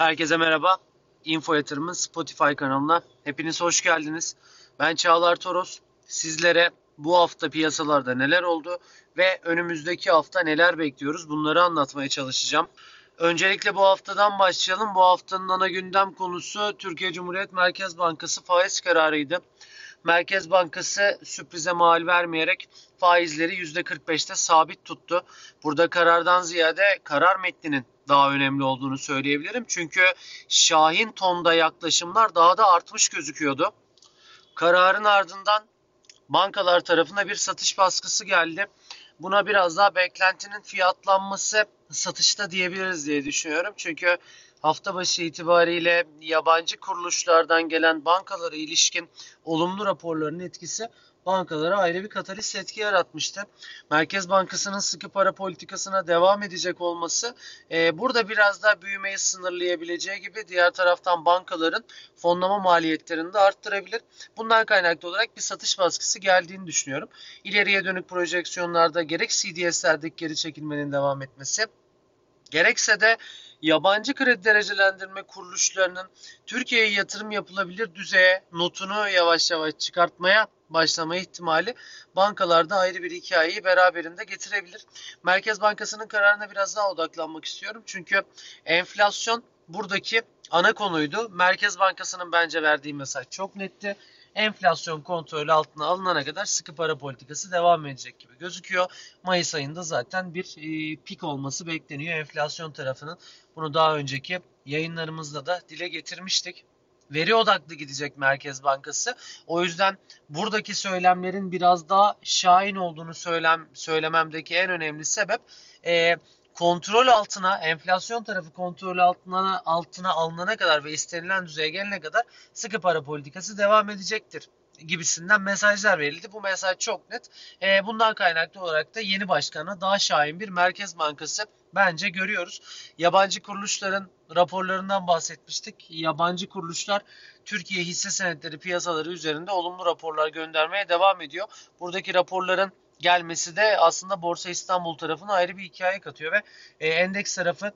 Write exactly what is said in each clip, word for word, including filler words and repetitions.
Herkese merhaba. Info Yatırım'ın Spotify kanalına hepiniz hoş geldiniz. Ben Çağlar Toros. Sizlere bu hafta piyasalarda neler oldu ve önümüzdeki hafta neler bekliyoruz bunları anlatmaya çalışacağım. Öncelikle bu haftadan başlayalım. Bu haftanın ana gündem konusu Türkiye Cumhuriyet Merkez Bankası faiz kararıydı. Merkez Bankası sürprize mal vermeyerek faizleri yüzde kırk beşte sabit tuttu. Burada karardan ziyade karar metninin daha önemli olduğunu söyleyebilirim. Çünkü şahin tonda yaklaşımlar daha da artmış gözüküyordu. Kararın ardından bankalar tarafına bir satış baskısı geldi. Buna biraz daha beklentinin fiyatlanması satışta diyebiliriz diye düşünüyorum. Çünkü hafta başı itibariyle yabancı kuruluşlardan gelen bankalara ilişkin olumlu raporların etkisi bankalara ayrı bir katalist etki yaratmıştı. Merkez Bankası'nın sıkı para politikasına devam edecek olması e, burada biraz daha büyümeyi sınırlayabileceği gibi diğer taraftan bankaların fonlama maliyetlerini de arttırabilir. Bundan kaynaklı olarak bir satış baskısı geldiğini düşünüyorum. İleriye dönük projeksiyonlarda gerek C D S'lerdeki geri çekilmenin devam etmesi, gerekse de yabancı kredi derecelendirme kuruluşlarının Türkiye'ye yatırım yapılabilir düzeye notunu yavaş yavaş çıkartmaya başlama ihtimali bankalarda ayrı bir hikayeyi beraberinde getirebilir. Merkez Bankası'nın kararına biraz daha odaklanmak istiyorum. Çünkü enflasyon buradaki ana konuydu. Merkez Bankası'nın bence verdiği mesaj çok netti. Enflasyon kontrolü altına alınana kadar sıkı para politikası devam edecek gibi gözüküyor. Mayıs ayında zaten bir e, pik olması bekleniyor enflasyon tarafının. Bunu daha önceki yayınlarımızda da dile getirmiştik. Veri odaklı gidecek Merkez Bankası. O yüzden buradaki söylemlerin biraz daha şahin olduğunu söylem, söylememdeki en önemli sebep e, kontrol altına, enflasyon tarafı kontrol altına, altına alınana kadar ve istenilen düzeye gelene kadar sıkı para politikası devam edecektir gibisinden mesajlar verildi. Bu mesaj çok net. E, bundan kaynaklı olarak da yeni başkana daha şahin bir Merkez Bankası bence görüyoruz. Yabancı kuruluşların raporlarından bahsetmiştik. Yabancı kuruluşlar Türkiye hisse senetleri piyasaları üzerinde olumlu raporlar göndermeye devam ediyor. Buradaki raporların gelmesi de aslında Borsa İstanbul tarafına ayrı bir hikaye katıyor ve e, endeks tarafı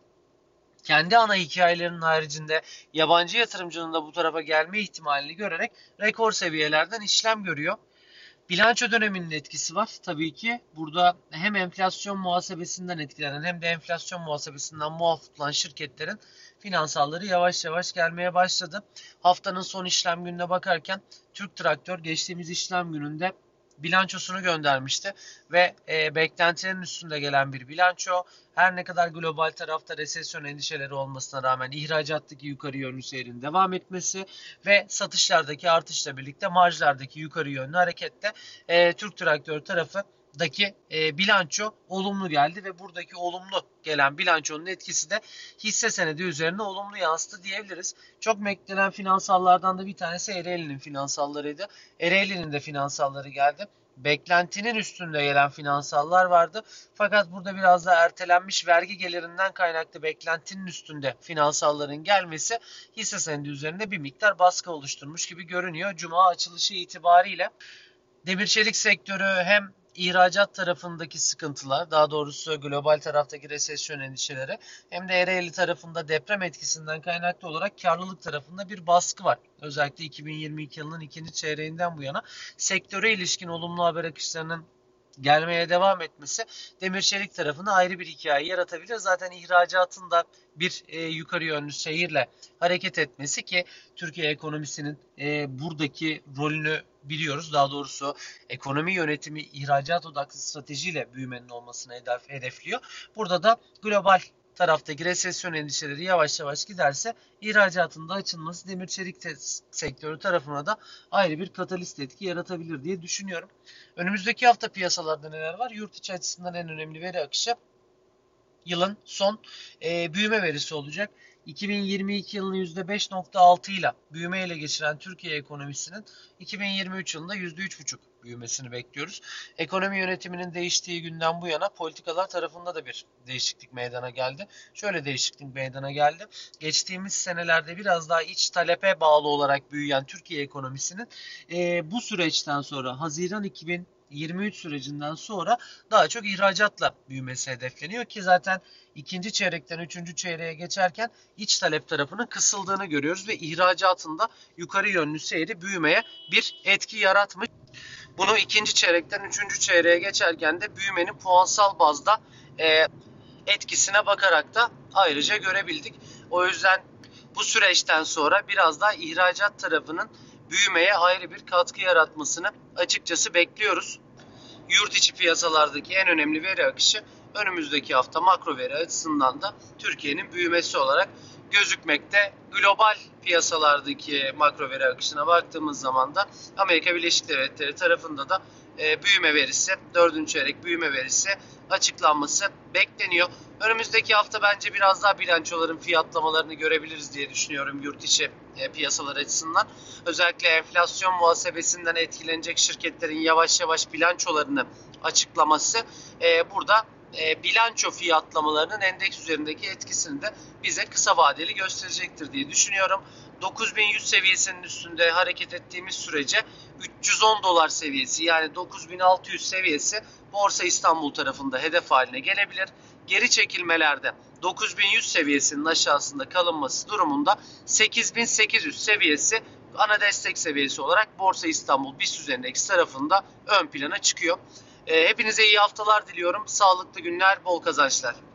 kendi ana hikayelerinin haricinde yabancı yatırımcının da bu tarafa gelme ihtimalini görerek rekor seviyelerden işlem görüyor. Bilanço döneminin etkisi var tabii ki. Burada hem enflasyon muhasebesinden etkilenen hem de enflasyon muhasebesinden muaf tutulan şirketlerin finansalları yavaş yavaş gelmeye başladı. Haftanın son işlem gününe bakarken Türk Traktör geçtiğimiz işlem gününde bilançosunu göndermişti ve e, beklentilerin üstünde gelen bir bilanço. Her ne kadar global tarafta resesyon endişeleri olmasına rağmen ihracattaki yukarı yönlü seyrin devam etmesi ve satışlardaki artışla birlikte marjlardaki yukarı yönlü harekette e, Türk Traktör tarafı daki e, bilanço olumlu geldi ve buradaki olumlu gelen bilançonun etkisi de hisse senedi üzerine olumlu yansıdı diyebiliriz. Çok beklenen finansallardan da bir tanesi Ereğli'nin finansallarıydı. Ereğli'nin de finansalları geldi. Beklentinin üstünde gelen finansallar vardı. Fakat burada biraz da ertelenmiş vergi gelirinden kaynaklı beklentinin üstünde finansalların gelmesi hisse senedi üzerinde bir miktar baskı oluşturmuş gibi görünüyor. Cuma açılışı itibariyle demir çelik sektörü hem ihracat tarafındaki sıkıntılar, daha doğrusu global taraftaki resesyon endişeleri hem de Ereğli tarafında deprem etkisinden kaynaklı olarak karlılık tarafında bir baskı var. Özellikle iki bin yirmi iki yılının ikinci çeyreğinden bu yana sektöre ilişkin olumlu haber akışlarının gelmeye devam etmesi demir çelik tarafına ayrı bir hikaye yaratabilir. Zaten ihracatın da bir e, yukarı yönlü seyirle hareket etmesi ki Türkiye ekonomisinin e, buradaki rolünü biliyoruz. Daha doğrusu ekonomi yönetimi ihracat odaklı stratejiyle büyümenin olmasını hedef, hedefliyor. Burada da global taraftaki resesyon endişeleri yavaş yavaş giderse ihracatın da açılması demir çelik sektörü tarafına da ayrı bir katalist etki yaratabilir diye düşünüyorum. Önümüzdeki hafta piyasalarda neler var? Yurt içi açısından en önemli veri akışı yılın son e, büyüme verisi olacak. iki bin yirmi iki yılını yüzde beş nokta altı ile büyüme ele geçiren Türkiye ekonomisinin iki bin yirmi üç yılında yüzde üç virgül beş büyümesini bekliyoruz. Ekonomi yönetiminin değiştiği günden bu yana politikalar tarafında da bir değişiklik meydana geldi. Şöyle değişiklik meydana geldi. Geçtiğimiz senelerde biraz daha iç talebe bağlı olarak büyüyen Türkiye ekonomisinin e, bu süreçten sonra Haziran iki bin yirmi üç sürecinden sonra daha çok ihracatla büyümesi hedefleniyor ki zaten ikinci çeyrekten üçüncü çeyreğe geçerken iç talep tarafının kısıldığını görüyoruz ve ihracatında yukarı yönlü seyri büyümeye bir etki yaratmış. Bunu ikinci çeyrekten üçüncü çeyreğe geçerken de büyümenin puansal bazda e, etkisine bakarak da ayrıca görebildik. O yüzden bu süreçten sonra biraz daha ihracat tarafının büyümeye ayrı bir katkı yaratmasını açıkçası bekliyoruz. Yurt içi piyasalardaki en önemli veri akışı önümüzdeki hafta makro veri açısından da Türkiye'nin büyümesi olarak gözükmekte. Global piyasalardaki makro veri akışına baktığımız zaman da Amerika Birleşik Devletleri tarafında da e, büyüme verisi, dördüncü çeyrek büyüme verisi açıklanması bekleniyor. Önümüzdeki hafta bence biraz daha bilançoların fiyatlamalarını görebiliriz diye düşünüyorum yurt içi e, piyasalar açısından. Özellikle enflasyon muhasebesinden etkilenecek şirketlerin yavaş yavaş bilançolarını açıklaması e, burada e, bilanço fiyatlamalarının endeks üzerindeki etkisini de bize kısa vadeli gösterecektir diye düşünüyorum. dokuz bin yüz seviyesinin üstünde hareket ettiğimiz sürece üç yüz on dolar seviyesi yani dokuz bin altı yüz seviyesi Borsa İstanbul tarafında hedef haline gelebilir. Geri çekilmelerde dokuz bin yüz seviyesinin aşağısında kalınması durumunda sekiz bin sekiz yüz seviyesi ana destek seviyesi olarak Borsa İstanbul BIST Endeks tarafında ön plana çıkıyor. Hepinize iyi haftalar diliyorum. Sağlıklı günler, bol kazançlar.